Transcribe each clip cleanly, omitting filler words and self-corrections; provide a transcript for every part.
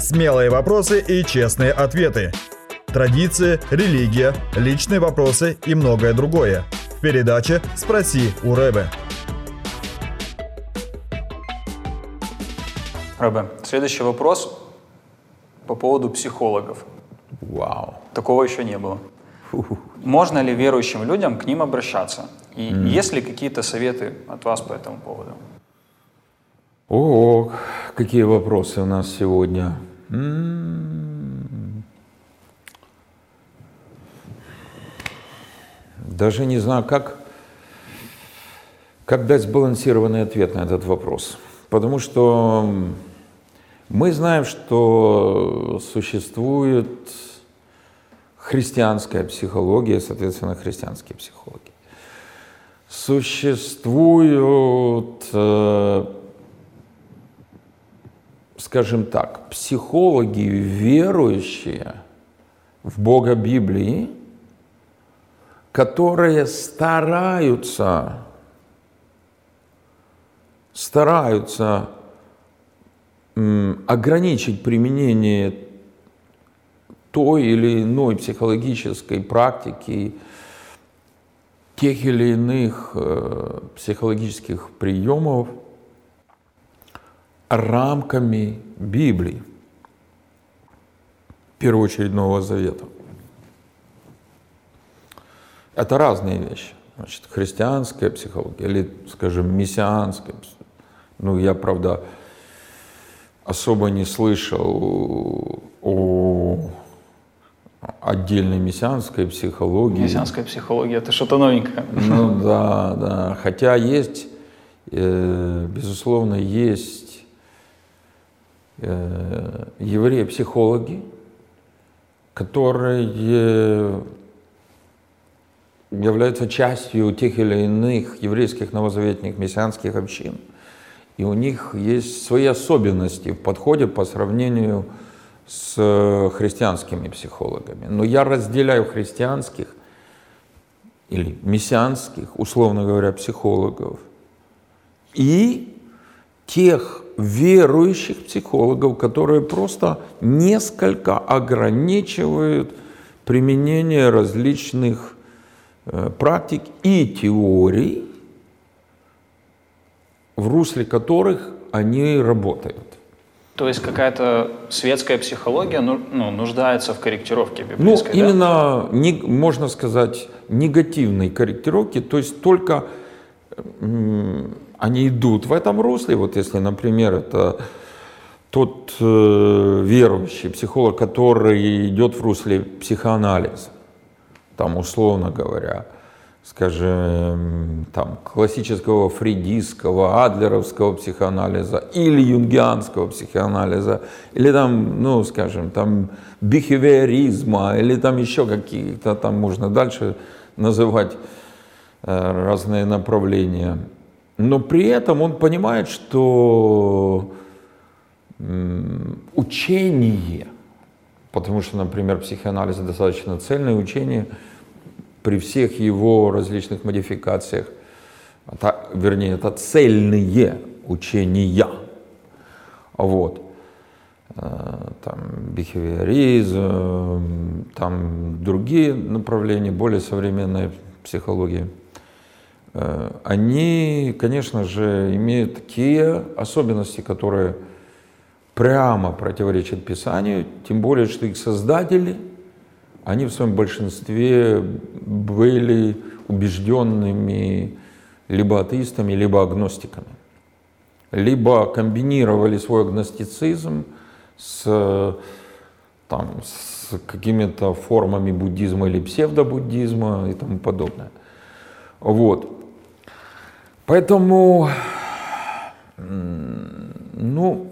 Смелые вопросы и честные ответы. Традиции, религия, личные вопросы и многое другое. В передаче «Спроси у Ребе». Ребе, следующий вопрос по поводу психологов. Вау. Такого еще не было. Можно ли верующим людям к ним обращаться? И есть ли какие-то советы от вас по этому поводу? О, какие вопросы у нас сегодня. Даже не знаю, как дать сбалансированный ответ на этот вопрос. Потому что мы знаем, что существует христианская психология, соответственно, христианские психологи. Существуют, скажем так, психологи, верующие в Бога Библии, которые стараются ограничить применение той или иной психологической практики, тех или иных психологических приемов рамками Библии, в первую очередь Нового Завета. Это разные вещи. Значит, христианская психология или, скажем, мессианская. Ну, я, правда, особо не слышал о отдельной мессианской психологии. Мессианская психология — это что-то новенькое. Ну да, да. Хотя есть, безусловно, есть евреи-психологи, которые являются частью тех или иных еврейских новозаветных мессианских общин. И у них есть свои особенности в подходе по сравнению с христианскими психологами. Но я разделяю христианских или мессианских, условно говоря, психологов и тех верующих психологов, которые просто несколько ограничивают применение различных практик и теорий, в русле которых они работают. То есть какая-то светская психология нуждается в корректировке библейской, да? Именно, можно сказать, негативной корректировки, то есть только они идут в этом русле. Вот если, например, это тот верующий психолог, который идет в русле психоанализа, там, условно говоря, скажем, там, классического фрейдистского, адлеровского психоанализа или юнгианского психоанализа, или там, ну, скажем, там, бихевиоризма, или там еще какие-то, там можно дальше называть разные направления. Но при этом он понимает, что учение, потому что, например, психоанализ — достаточно цельное учение, при всех его различных модификациях, вернее, это цельные учения. Вот. Там бихевиоризм, там другие направления, более современная психология. Они, конечно же, имеют такие особенности, которые прямо противоречат Писанию, тем более, что их создатели, они в своем большинстве были убежденными либо атеистами, либо агностиками. Либо комбинировали свой агностицизм с какими-то формами буддизма или псевдобуддизма и тому подобное. Вот. Поэтому, ну,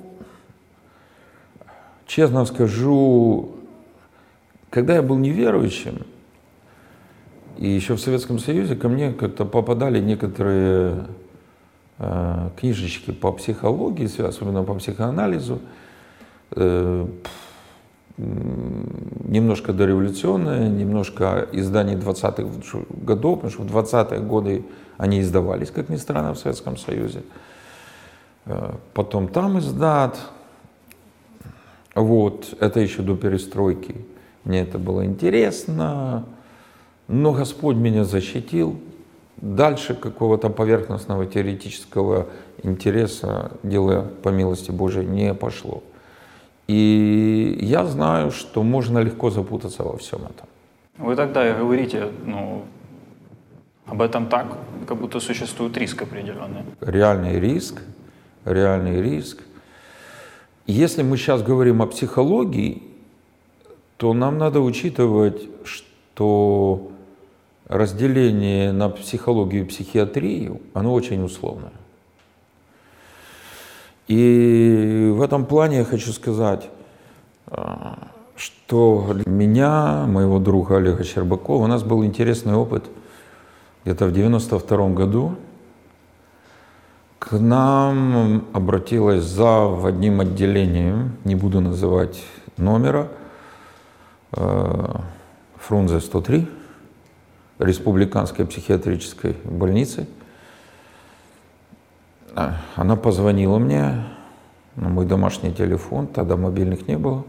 честно скажу, когда я был неверующим, и еще в Советском Союзе ко мне как-то попадали некоторые книжечки по психологии, особенно по психоанализу, немножко дореволюционные, немножко изданий 20-х годов, потому что в 20-е годы они издавались, как ни странно, в Советском Союзе. Потом там издат. Вот, это еще до перестройки. Мне это было интересно, но Господь меня защитил. Дальше какого-то поверхностного теоретического интереса дело, по милости Божией, не пошло. И я знаю, что можно легко запутаться во всем этом. Вы тогда и говорите, об этом так, как будто существует риск определенный. Реальный риск, реальный риск. Если мы сейчас говорим о психологии, то нам надо учитывать, что разделение на психологию и психиатрию, оно очень условное. И в этом плане я хочу сказать, что для меня, моего друга Олега Щербакова, у нас был интересный опыт. Где-то в 1992 году к нам обратилась зав. Одним отделением, не буду называть номера, Фрунзе 103, республиканской психиатрической больницы. Она позвонила мне на мой домашний телефон, тогда мобильных не было,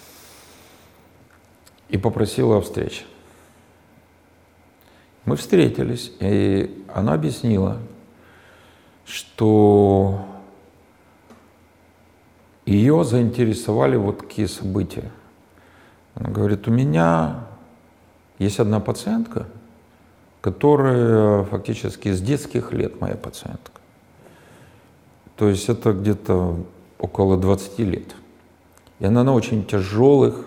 и попросила о встрече. Мы встретились, и она объяснила, что ее заинтересовали вот такие события. Она говорит, у меня есть одна пациентка, которая фактически с детских лет моя пациентка. То есть это где-то около 20 лет. И она на очень тяжелых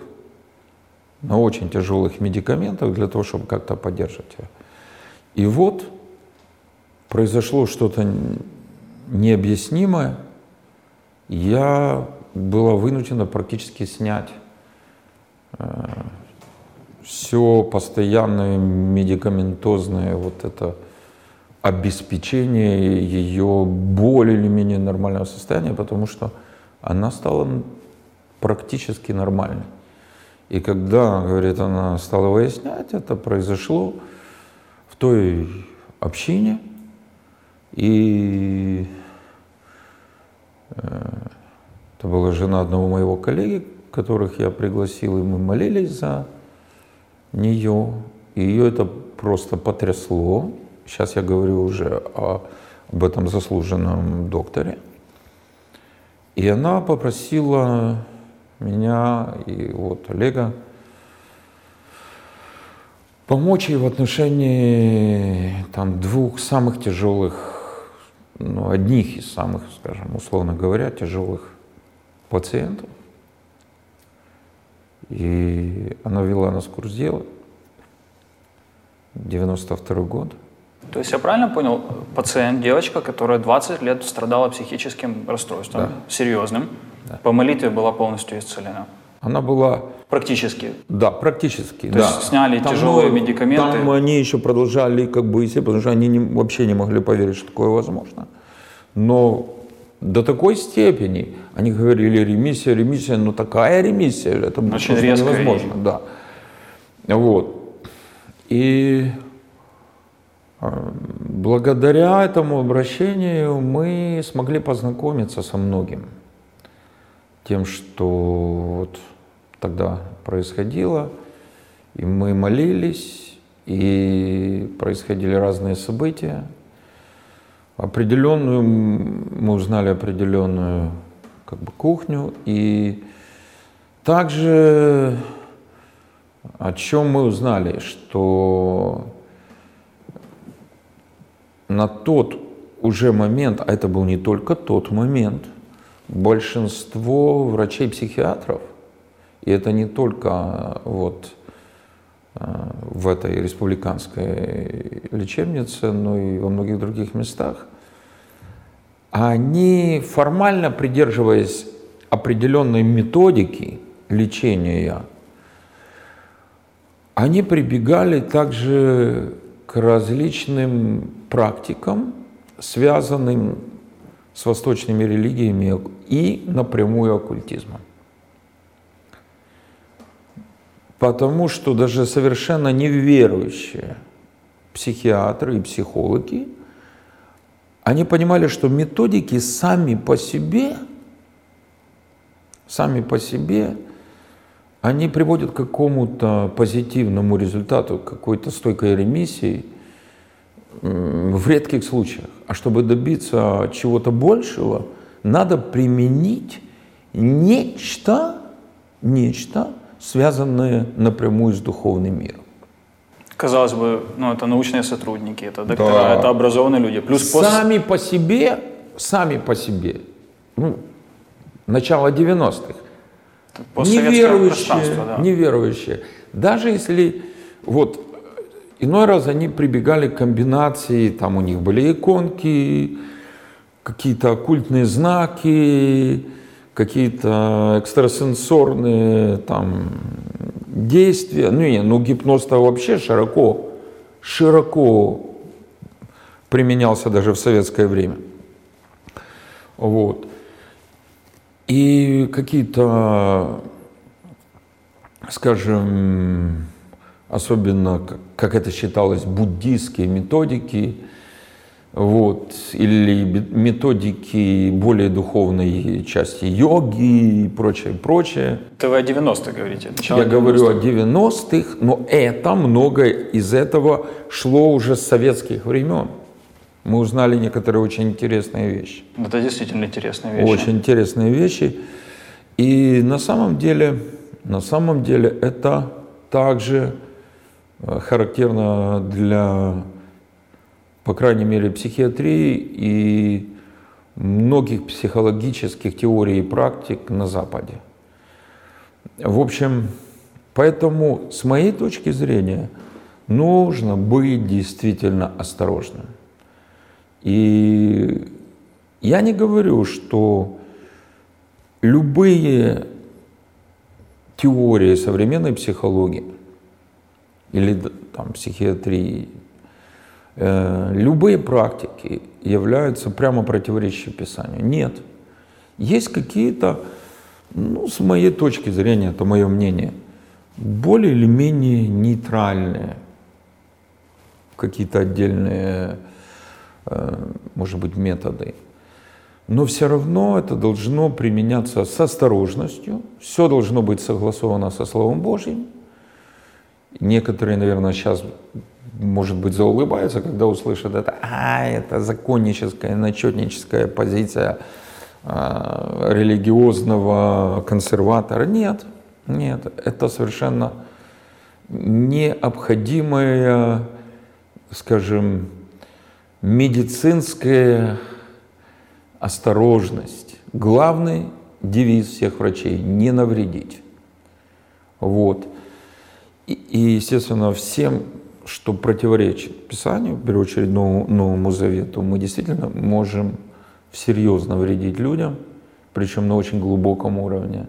медикаментах для того, чтобы как-то поддерживать ее. И вот произошло что-то необъяснимое. Я была вынуждена практически снять все постоянное медикаментозное вот это обеспечение ее более или менее нормального состояния, потому что она стала практически нормальной. И когда, говорит, она стала выяснять, это произошло в той общине, и это была жена одного моего коллеги, которых я пригласил, и мы молились за нее, и ее это просто потрясло. Сейчас я говорю уже об этом заслуженном докторе. И она попросила меня и вот Олега помочь ей в отношении там двух самых тяжелых, одних из самых, скажем, условно говоря, тяжелых пациентов. И она вела нас в курс дела, 92 год. То есть я правильно понял, пациент, девочка, которая 20 лет страдала психическим расстройством, да, серьезным, да, по молитве была полностью исцелена? Она была... Практически? Да, практически, То есть сняли там тяжелые медикаменты? Там они еще продолжали идти, потому что они вообще не могли поверить, что такое возможно. Но до такой степени они говорили ремиссия, но такая ремиссия, это очень резко невозможно. Да. Вот. И благодаря этому обращению мы смогли познакомиться со многим тем, что вот тогда происходило, и мы молились, и происходили разные события. Мы узнали определенную кухню, и также о чем мы узнали, что на тот уже момент, а это был не только тот момент, большинство врачей-психиатров, и это не только вот в этой республиканской лечебнице, но и во многих других местах, они, формально придерживаясь определенной методики лечения, они прибегали также к различным практикам, связанным с восточными религиями и напрямую оккультизмом. Потому что даже совершенно неверующие психиатры и психологи, они понимали, что методики сами по себе сами по себе, они приводят к какому-то позитивному результату, какой-то стойкой ремиссии в редких случаях. А чтобы добиться чего-то большего, надо применить нечто, связанное напрямую с духовным миром. Казалось бы, это научные сотрудники, это доктора, это образованные люди. Плюс сами по себе, начало 90-х, неверующие. Даже если иной раз они прибегали к комбинации, там у них были иконки, какие-то оккультные знаки, какие-то экстрасенсорные там действия. Гипноз-то вообще широко применялся даже в советское время. И какие-то, скажем, особенно, как это считалось, буддистские методики, или методики более духовной части йоги и прочее. Это вы о 90-х говорите? Я говорю о 90-х, но многое из этого шло уже с советских времен. Мы узнали некоторые очень интересные вещи. Это действительно интересные вещи. Очень интересные вещи. И на самом деле это также характерно для, по крайней мере, психиатрии и многих психологических теорий и практик на Западе. В общем, поэтому, с моей точки зрения, нужно быть действительно осторожным. И я не говорю, что любые теории современной психологии или психиатрии, любые практики являются прямо противоречащими Писанию. Нет. Есть какие-то, с моей точки зрения, это мое мнение, более или менее нейтральные, какие-то отдельные, может быть, методы. Но все равно это должно применяться с осторожностью, все должно быть согласовано со Словом Божьим. Некоторые, наверное, сейчас, может быть, заулыбаются, когда услышат это законническая, начетническая позиция религиозного консерватора. Нет, это совершенно необходимая, скажем, медицинская осторожность. Главный девиз всех врачей – не навредить. И, естественно, всем, что противоречит Писанию, в первую очередь Новому Завету, мы действительно можем всерьез навредить людям, причем на очень глубоком уровне.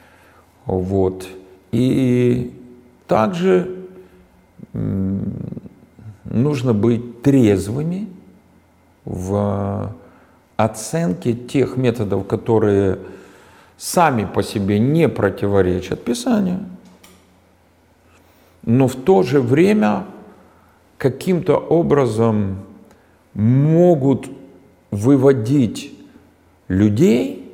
И также нужно быть трезвыми в оценке тех методов, которые сами по себе не противоречат Писанию, но в то же время каким-то образом могут выводить людей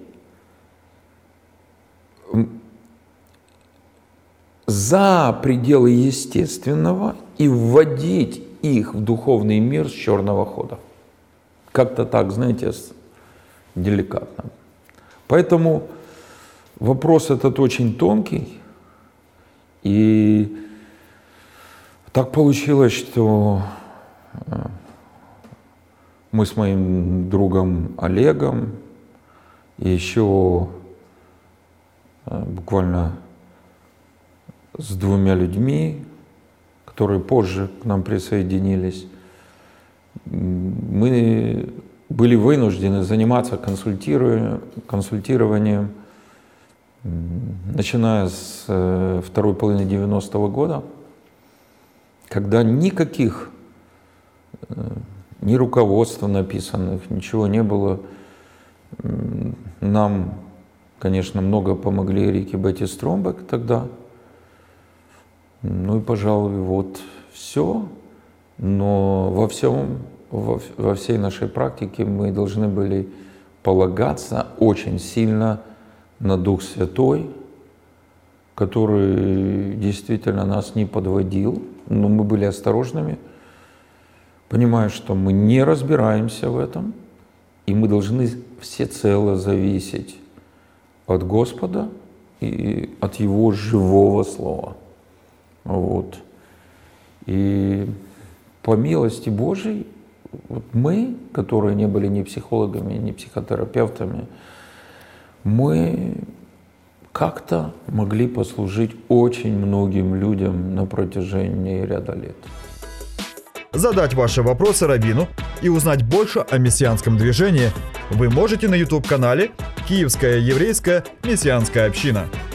за пределы естественного и вводить их в духовный мир с черного хода. Как-то так, знаете, деликатно. Поэтому вопрос этот очень тонкий. И так получилось, что мы с моим другом Олегом и еще буквально с двумя людьми, которые позже к нам присоединились, мы были вынуждены заниматься консультированием, начиная с второй половины 90-го года, когда никаких ни руководств написанных, ничего не было. Нам, конечно, много помогли Рик и Бетти Стромбек тогда. И, пожалуй, все. Но во всей нашей практике мы должны были полагаться очень сильно на Дух Святой, который действительно нас не подводил, но мы были осторожными, понимая, что мы не разбираемся в этом, и мы должны всецело зависеть от Господа и от Его живого Слова. Вот. И по милости Божией, вот мы, которые не были ни психологами, ни психотерапевтами, мы как-то могли послужить очень многим людям на протяжении ряда лет. Задать ваши вопросы раввину и узнать больше о мессианском движении вы можете на YouTube-канале «Киевская еврейская мессианская община».